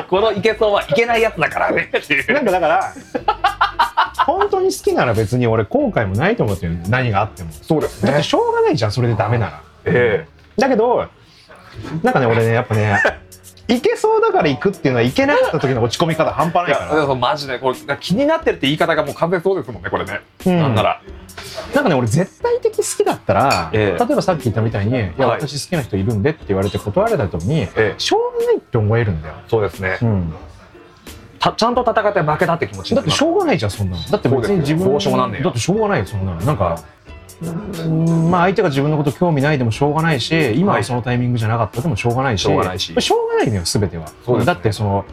このいけそうはいけないやつだからねなんかだから本当に好きなら別に俺後悔もないと思ってる。何があってもそうですね。 だってしょうがないじゃんそれでダメなら、 えー、 だけどなんかね俺ねやっぱねいけそうだから行くっていうのはいけなかった時の落ち込み方半端ないから。 いやマジでこれ気になってるって言い方がもう完全そうですもんねこれね、うん、なんならなんかね俺絶対的好きだったら、えー、例えばさっき言ったみたいに「いや、はい、私好きな人いるんで」って言われて断られた時に、えー、しょうがないって思えるんだよ。 そうですね、うん、たちゃんと戦って負けたって気持ちになる。 だってしょうがないじゃんそんなの。だって別に自分どうしようもなんねえよ。 だってしょうがないよそんなの。なんかまあ相手が自分のこと興味ないでもしょうがないし今はそのタイミングじゃなかったでもしょうがないし、はい、しょうがないししょうがないのよ全ては。そうですね、だってその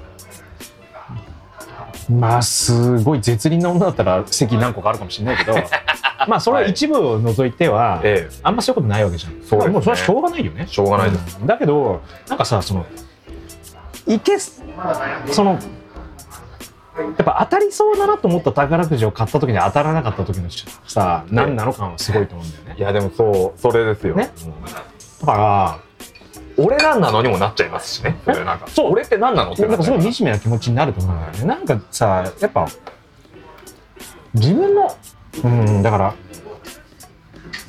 まあすごい絶倫な女だったら席何個かあるかもしれないけどまあそれは一部を除いては、はい、あんまそういうことないわけじゃん。そうですね、もうそれはしょうがないよね。 しょうがないです、 うん、だけどなんかさそのいけそのやっぱ当たりそうだなと思った宝くじを買った時に当たらなかった時のさ何なのかはすごいと思うんだよね。 いやでもそうそれですよね、 うん、だから俺なんなのにもなっちゃいますしね。それなんかそう俺って何なのってなんかすごい惨めな気持ちになると思うんだよね。なんかさやっぱ自分のうんだから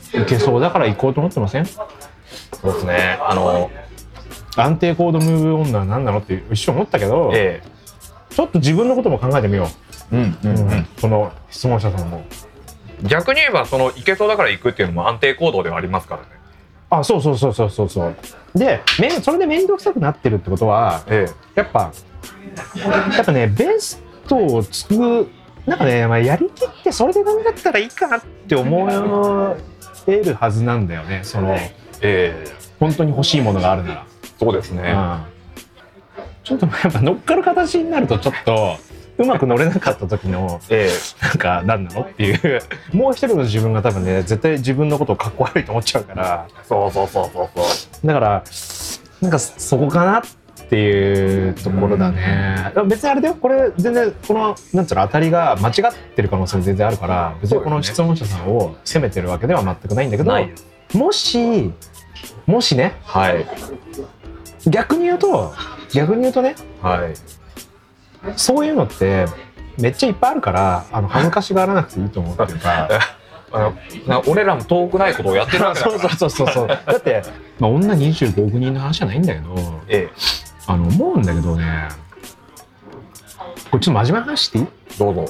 いけそうだから行こうと思ってません？ そうですね。あの安定コードムーブ女は何なのって一瞬思ったけど、ええ、ちょっと自分のことも考えてみよう。うんうんうん、この質問者さんも逆に言えばその行けそうだから行くっていうのも安定行動ではありますからね。 あ、そうそうそうそうそうそう。で、めそれで面倒くさくなってるってことは、ええ、やっぱやっぱねベストをつくなんかね、まあ、やりきってそれでダメだったらいいかなって思えるはずなんだよね。その、ええ、本当に欲しいものがあるなら。 そうですね。うん、 ちょっとやっぱ乗っかる形になるとちょっとうまく乗れなかった時の、ええ、なんか何なのっていうもう一人の自分が多分ね絶対自分のことをかっこ悪いと思っちゃうから。 そうそうそうそうそうだからなんかそこかなっていうところだね。別にあれだよ、これ全然このなんつうの当たりが間違ってる可能性も全然あるから別にこの質問者さんを責めてるわけでは全くないんだけど、ね、もしもしね、はい、逆に言うと逆に言うとね、はい、そういうのってめっちゃいっぱいあるからあの恥ずかしがらなくていいと思うっていうかあのな俺らも遠くないことをやってるわけだからそうそうそうそうだって、まあ、女にじゅうごおくにんの話じゃないんだけど、ええ、あの思うんだけどね、これちょっと真面目な話していい？ どうぞ。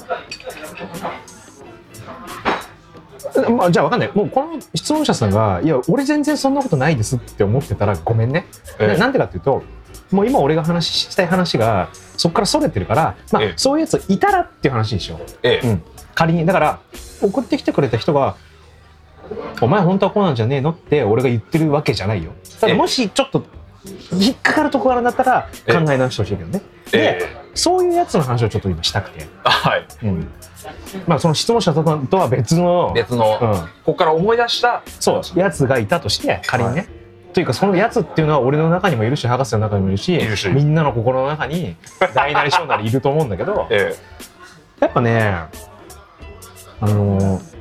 まあ、じゃあ分かんない。もうこの質問者さんがいや俺全然そんなことないですって思ってたらごめんね、ええ、なんでかっていうともう今俺が話したい話がそこからそれてるから、まあええ、そういうやついたらっていう話にしよう、ええうん、仮にだから送ってきてくれた人がお前本当はこうなんじゃねえのって俺が言ってるわけじゃないよ。ただもしちょっと引っかかるところがあるんだったら考え直してほしいけどね。で、そういうやつの話をちょっと今したくて、はい、うん、まあその質問者とは別の別の、うん、ここから思い出したそうやつがいたとして仮にね、はい、というかそのやつっていうのは俺の中にもいるし博士の中にもいるし、いるしみんなの心の中に大なり小なりいると思うんだけど、ええ、やっぱねあのー、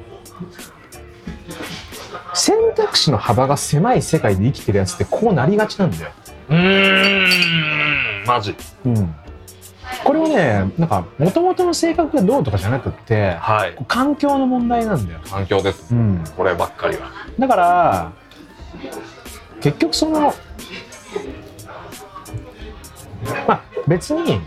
選択肢の幅が狭い世界で生きてるやつってこうなりがちなんだよ。 うーんマジ、 うん、これはねなんか元々の性格がどうとかじゃなくって、はい、環境の問題なんだよ。 環境です、うん、こればっかりは。 だから結局そのまあ別に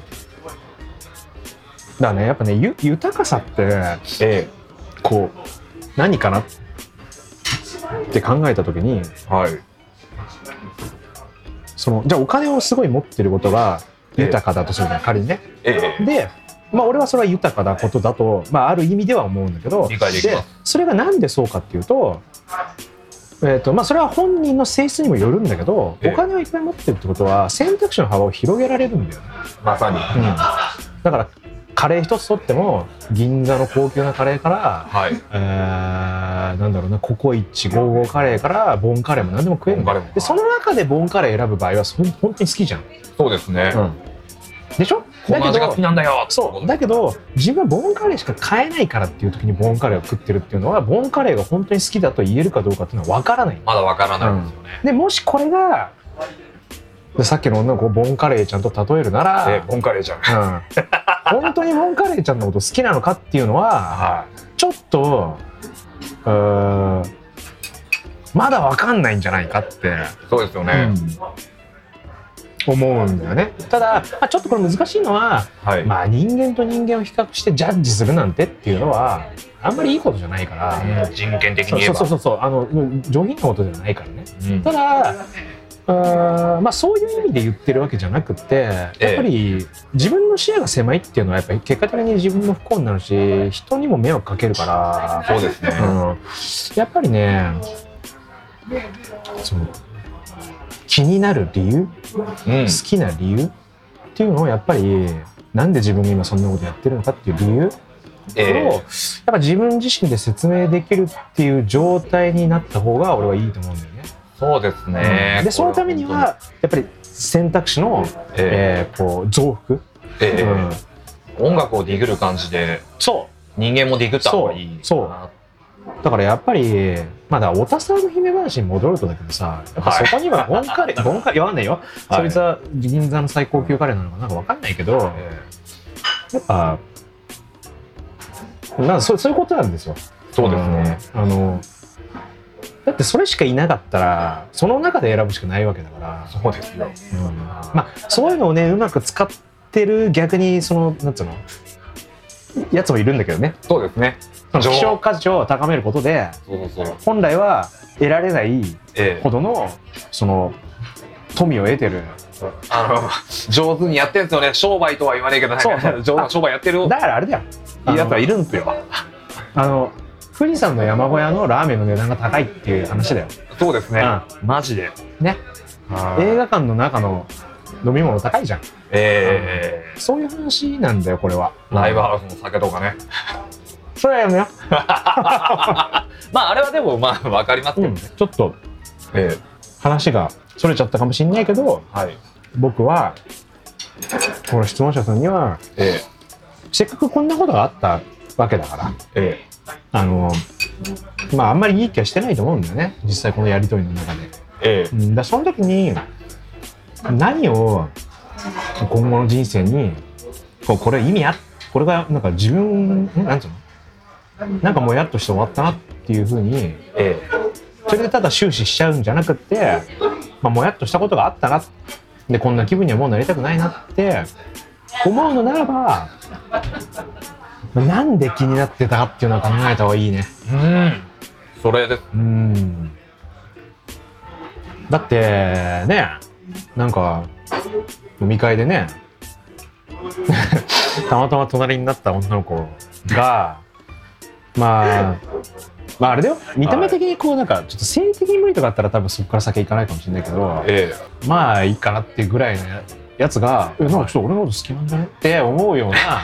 だねやっぱねゆ豊かさって、えーこう何かなって考えた時に、はい、そのじゃあお金をすごい持ってることが豊かだとするの、えー、仮にね、えー、で、まあ、俺はそれは豊かなことだと、まあ、ある意味では思うんだけど理解できます。 でそれがなんでそうかっていうと、えーとまあ、それは本人の性質にもよるんだけど、えー、お金をいっぱい持ってるってことは選択肢の幅を広げられるんだよね。 まさに、うん、 だからカレー一つとっても銀座の高級なカレーから、はいえー、なんだろうなココイチゴーゴーカレーからボンカレーも何でも食えるんだよ。でその中でボンカレー選ぶ場合は本当に好きじゃん。 そうですね、うん、 でしょ。 この味が好きなんだよ。 そうだけど自分はボンカレーしか買えないからっていう時にボンカレーを食ってるっていうのはボンカレーが本当に好きだと言えるかどうかっていうのは分からない。 まだ分からないんですよね、 うん、でもしこれがさっきの女の子をボンカレーちゃんと例えるなら、 えボンカレーちゃん、 うん、本当にボンカレーちゃんのこと好きなのかっていうのは、はい、ちょっとうーまだ分かんないんじゃないかって。 そうですよね、 うん、思うんだよね。ただ、まあ、ちょっとこれ難しいのは、はい、まあ人間と人間を比較してジャッジするなんてっていうのはあんまりいいことじゃないから、 うん、人権的に言えばそうそうそうそうあの上品なことじゃないからね、うん、ただあまあそういう意味で言ってるわけじゃなくてやっぱり自分の視野が狭いっていうのはやっぱり結果的に自分も不幸になるし人にも迷惑かけるから。 そうですね、 うん、やっぱりねその気になる理由、うん、好きな理由っていうのをやっぱりなんで自分が今そんなことやってるのかっていう理由を、えー、やっぱ自分自身で説明できるっていう状態になった方が俺はいいと思うんだよね。 そうですね、 うん、でそのためにはやっぱり選択肢の、えーえー、こう増幅、えーうん、音楽をディグる感じでそう人間もディグった方がいい。 そうそうだからやっぱりまだおたさの姫話に戻るとだけどさやっぱそこにはボンカレー、はい、ボンカレーわかんないよ、はい、そいつは銀座の最高級カレーなのかなんかわかんないけど、えー、やっぱなんか そ, そういうことなんですよ。 そうですね、 あのだってそれしかいなかったらその中で選ぶしかないわけだから。 そうですよ、 うん、まあそういうのをねうまく使ってる逆にそのなんつうのやつもいるんだけどね。 そうですね、 希少価値を高めることでそうそうそう本来は得られないほどの、ええ、その富を得てるあの上手にやってるんですよね。商売とは言わないけど、ね、 そうそう上手な商売やってるだからあれだよいいやつはいるんですよ。 あの富士山の山小屋のラーメンの値段が高いっていう話だよ。 そうですね、 うん、 マジでね。映画館の中の飲み物高いじゃん。 えー、そういう話なんだよこれは。 ライブハウスの酒とかねそれはやめよまああれはでもまあ分かりますけどね、 うん、ちょっと、えー、話がそれちゃったかもしれないけど、はい、僕はこの質問者さんには、えー、せっかくこんなことがあったわけだから、えー、あのまああんまりいい気はしてないと思うんだよね実際このやり取りの中で、えーうん、だその時に何を今後の人生にこうこれ意味あこれがなんか自分なんていうのなんかもやっとして終わったなっていうふうに、ええ、それでただ終始しちゃうんじゃなくって、まあ、もやっとしたことがあったなでこんな気分にはもうなりたくないなって思うのならばなんで気になってたかっていうのは考えた方がいいね。 うんそれです。 うんだってねなんか飲み会でねたまたま隣になった女の子がまあまああれだよ見た目的にこうなんかちょっと性的に無理とかあったら多分そこから先行かないかもしれないけど、ええ、まあいいかなっていうぐらいのやつがえなんかちょっと俺のこと好きなんじゃねって思うような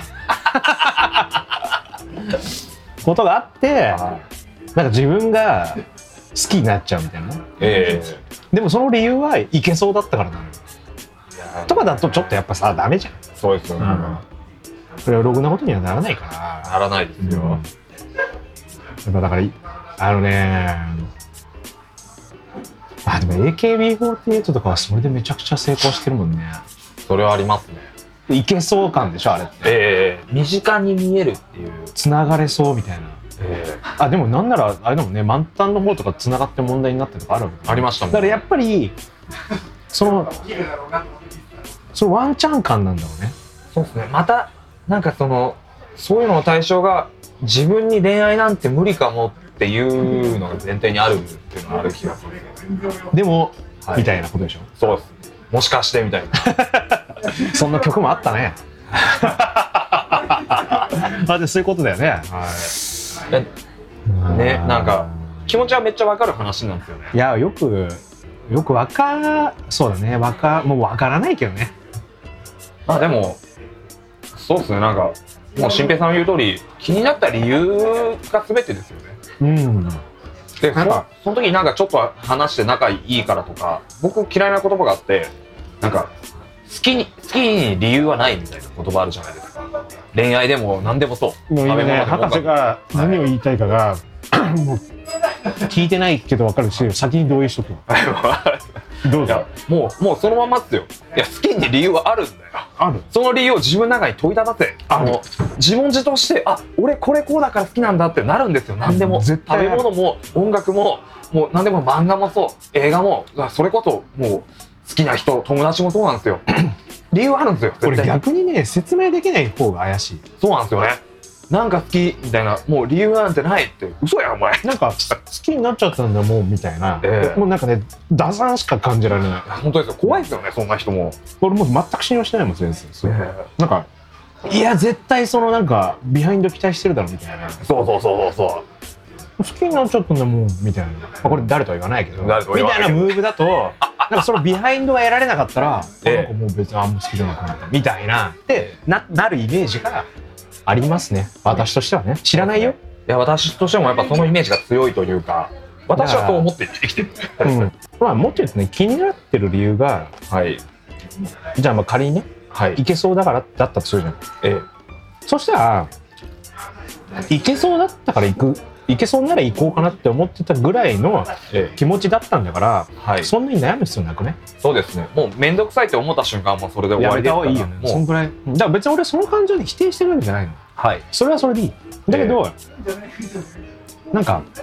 ことがあってなんか自分が好きになっちゃうみたいな、ええ、でもその理由はいけそうだったからなのとかだとちょっとやっぱさダメじゃん。 そうですよね、うん、 それはろくなことにはならないからならないですよ、うん、やっぱだからあのねあでも エーケービーフォーティーエイト とかはそれでめちゃくちゃ成功してるもんね。 それはありますね。 いけそう感でしょあれって、 えー、身近に見えるっていうつながれそうみたいな、えー、あでもなんならあれだもんね満タンの方とかつながって問題になってるとかあるわけ、ね、 ありましたもん。 だからやっぱりそのそのワンチャン感なんだろうね。 そうですね。またなんかそのそういうのの対象が自分に恋愛なんて無理かもっていうのが前提にあるっていうのがある気がする。 でも、はい、みたいなことでしょ。 そうです。もしかしてみたいな。 そんな曲もあったね。あでそういうことだよね。はい。 ねなんか気持ちはめっちゃ分かる話なんですよね。 いやよくよく分かそうだね分かもう分からないけどね。 まあでもそうですねなんかもう新平さんの言う通り気になった理由が全てですよね。 うんでなんかその時になんかちょっと話して仲いいからとか僕嫌いな言葉があってなんか好きに好きに理由はないみたいな言葉あるじゃないですか。恋愛でも何でもそう。 もう今ね博士が何を言いたいかが、はい、もう聞いてないけど分かるし先に同意しとくどうぞ。 もうもうそのままっすよ。いや好きに理由はあるんだよ。 ある。 その理由を自分の中に問いただせ。あの自問自答してあ俺これこうだから好きなんだってなるんですよ。何でも絶対食べ物も音楽ももう何でも漫画もそう映画もそれこそもう好きな人友達もそうなんですよ。理由あるんですよ。 これ逆にね説明できない方が怪しい。 そうなんですよね。なんか好きみたいなもう理由なんてないって嘘やお前。 なんか好きになっちゃったんだもうみたいな、えー、もうなんかね打算しか感じられない。 本当ですよ。怖いですよねそんな人も。 俺もう全く信用してないもん先生、えー、なんかいや絶対そのなんかビハインド期待してるだろみたいな。 そうそうそうそうそう好きになっちゃったんだもんみたいな、まあ、これ誰とは言わないけどみたいなムーブだとなんかそのビハインドが得られなかったら、えー、なんかもう別にあんま好きじゃなくなったみたいなってな、なるイメージがありますね私としてはね。知らないよ。 いや私としてもやっぱそのイメージが強いというか私はそう思って生きてる、 うんまあ、もっと言うとね気になってる理由が、はい、じゃあまあ仮にね、はい、いけそうだからだったとするじゃん、ええ、そしたらいけそうだったから行くいけそうなら行こうかなって思ってたぐらいの気持ちだったんだから、はい、そんなに悩む必要なくね。 そうですね。もう面倒くさいって思った瞬間もそれで終わりですから。 やめた方がいいよね。そんぐらい。だから別に俺その感情で否定してるわけじゃないの。はい。それはそれでいい。だけど、はい、なんか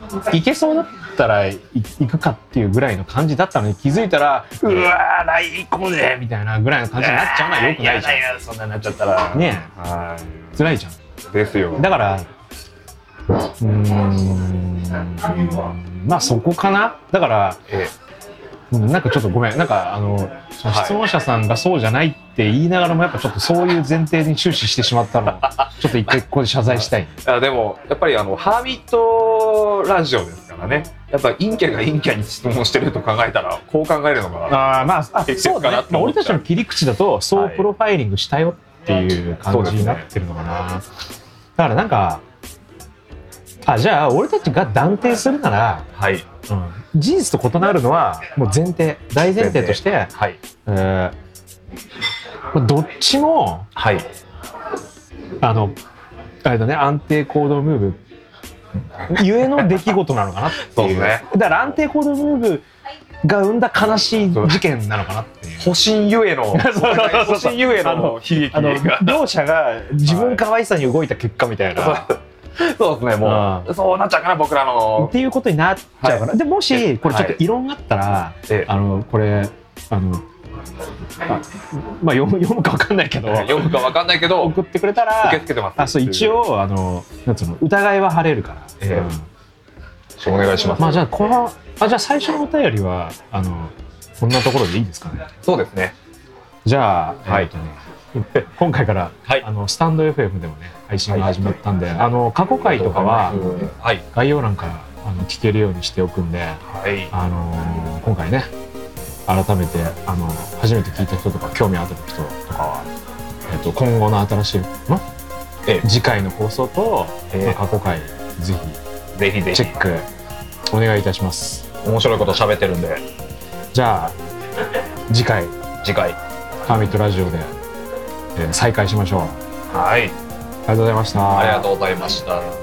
行けそうだったらい行くかっていうぐらいの感じだったのに、気づいたらうわー来行こうぜみたいなぐらいの感じになっちゃうのはよくないじゃん。いやいやそんなになっちゃったらねえ、はい、辛いじゃん。 ですよ。 だからうーんまあそこかな。だから、ええ、なんかちょっとごめん、なんかあのその質問者さんがそうじゃないって言いながらもやっぱちょっとそういう前提に終始してしまったのちょっと一回ここで謝罪したい。 いやでもやっぱりあのハーミットラジオですからね、やっぱ陰キャが陰キャに質問してると考えたらこう考えるのがあまああそうだね、まあ、俺たちの切り口だとそうプロファイリングしたよっていう感じになってるのかな、はい、だからなんかあじゃあ俺たちが断定するなら、はいうん、事実と異なるのはもう前提大前提として、はいえー、どっちも、はい、あのあれだね安定行動ムーブゆえの出来事なのかなっていうね、だから安定行動ムーブが生んだ悲しい事件なのかなっていう。 保身ゆえの保身ゆえの悲劇が両者が自分可愛さに動いた結果みたいな、はいそうですね、もう、うん、そうなっちゃうかな僕らのっていうことになっちゃうから、はい、でもしこれちょっと異論があったら、はい、あのこれあのあまあ読む読むか分かんないけど読むか分かんないけど送ってくれたら受け付けてます。 あそう一応あのなんつうの疑いは晴れるから、えーうん、お願いします。 まあじゃあこのあじゃあ最初のお便りはあのこんなところでいいですかね。 そうですね。 じゃあ、はいえーとね今回から、はい、あのスタンド エフエム でもね配信が始まったんで、はい、あの過去回とかは、はい、概要欄からあの聞けるようにしておくんで、はいあのー、今回ね改めてあの初めて聞いた人とか興味あった人とかは、えー、と今後の新しい、まええ、次回の放送と、えまあ、過去回ぜひぜひぜひチェックお願いいたします。 面白いこと喋ってるんで、 じゃあ次回次回ハーミットラジオで再開しましょう。 はい、ありがとうございました。 ありがとうございました。